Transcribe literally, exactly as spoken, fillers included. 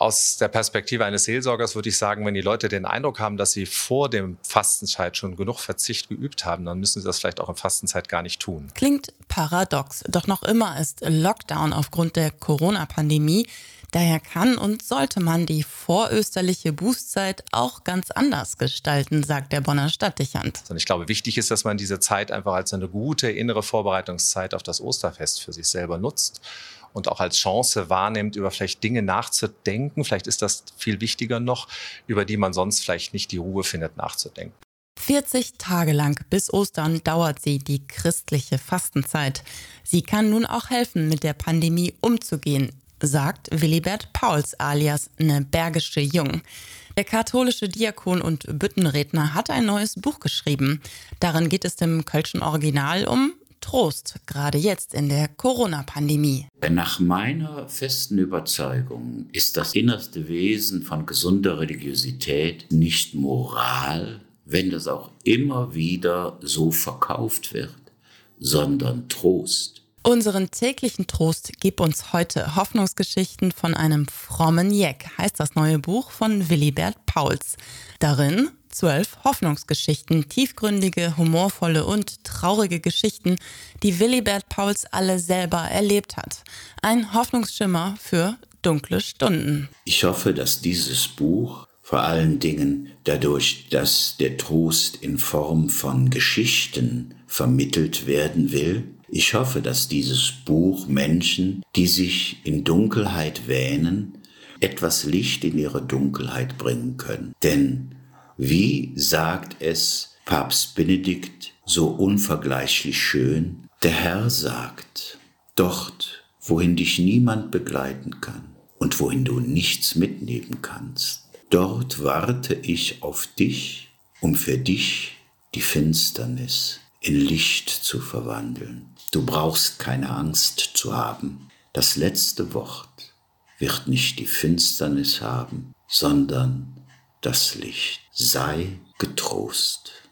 Aus der Perspektive eines Seelsorgers würde ich sagen, wenn die Leute den Eindruck haben, dass sie vor dem Fastenzeit schon genug Verzicht geübt haben, dann müssen sie das vielleicht auch in Fastenzeit gar nicht tun. Klingt paradox, doch noch immer ist Lockdown aufgrund der Corona-Pandemie. Daher kann und sollte man die vorösterliche Bußzeit auch ganz anders gestalten, sagt der Bonner Stadtdechant. Und ich glaube, wichtig ist, dass man diese Zeit einfach als eine gute innere Vorbereitungszeit auf das Osterfest für sich selber nutzt und auch als Chance wahrnimmt, über vielleicht Dinge nachzudenken. Vielleicht ist das viel wichtiger noch, über die man sonst vielleicht nicht die Ruhe findet, nachzudenken. vierzig Tage lang bis Ostern dauert sie, die christliche Fastenzeit. Sie kann nun auch helfen, mit der Pandemie umzugehen, sagt Willibert Pauls alias ne Bergische Jung. Der katholische Diakon und Büttenredner hat ein neues Buch geschrieben. Darin geht es im kölschen Original um Trost, gerade jetzt in der Corona-Pandemie. Nach meiner festen Überzeugung ist das innerste Wesen von gesunder Religiosität nicht Moral, wenn das auch immer wieder so verkauft wird, sondern Trost. Unseren täglichen Trost gib uns heute. Hoffnungsgeschichten von einem frommen Jeck heißt das neue Buch von Willibert Pauls. Darin zwölf Hoffnungsgeschichten, tiefgründige, humorvolle und traurige Geschichten, die Willibert Pauls alle selber erlebt hat. Ein Hoffnungsschimmer für dunkle Stunden. Ich hoffe, dass dieses Buch vor allen Dingen dadurch, dass der Trost in Form von Geschichten vermittelt werden will, ich hoffe, dass dieses Buch Menschen, die sich in Dunkelheit wähnen, etwas Licht in ihre Dunkelheit bringen können. Denn, wie sagt es Papst Benedikt so unvergleichlich schön, der Herr sagt, dort, wohin dich niemand begleiten kann und wohin du nichts mitnehmen kannst, dort warte ich auf dich, um für dich die Finsternis in Licht zu verwandeln. Du brauchst keine Angst zu haben. Das letzte Wort wird nicht die Finsternis haben, sondern das Licht. Sei getrost.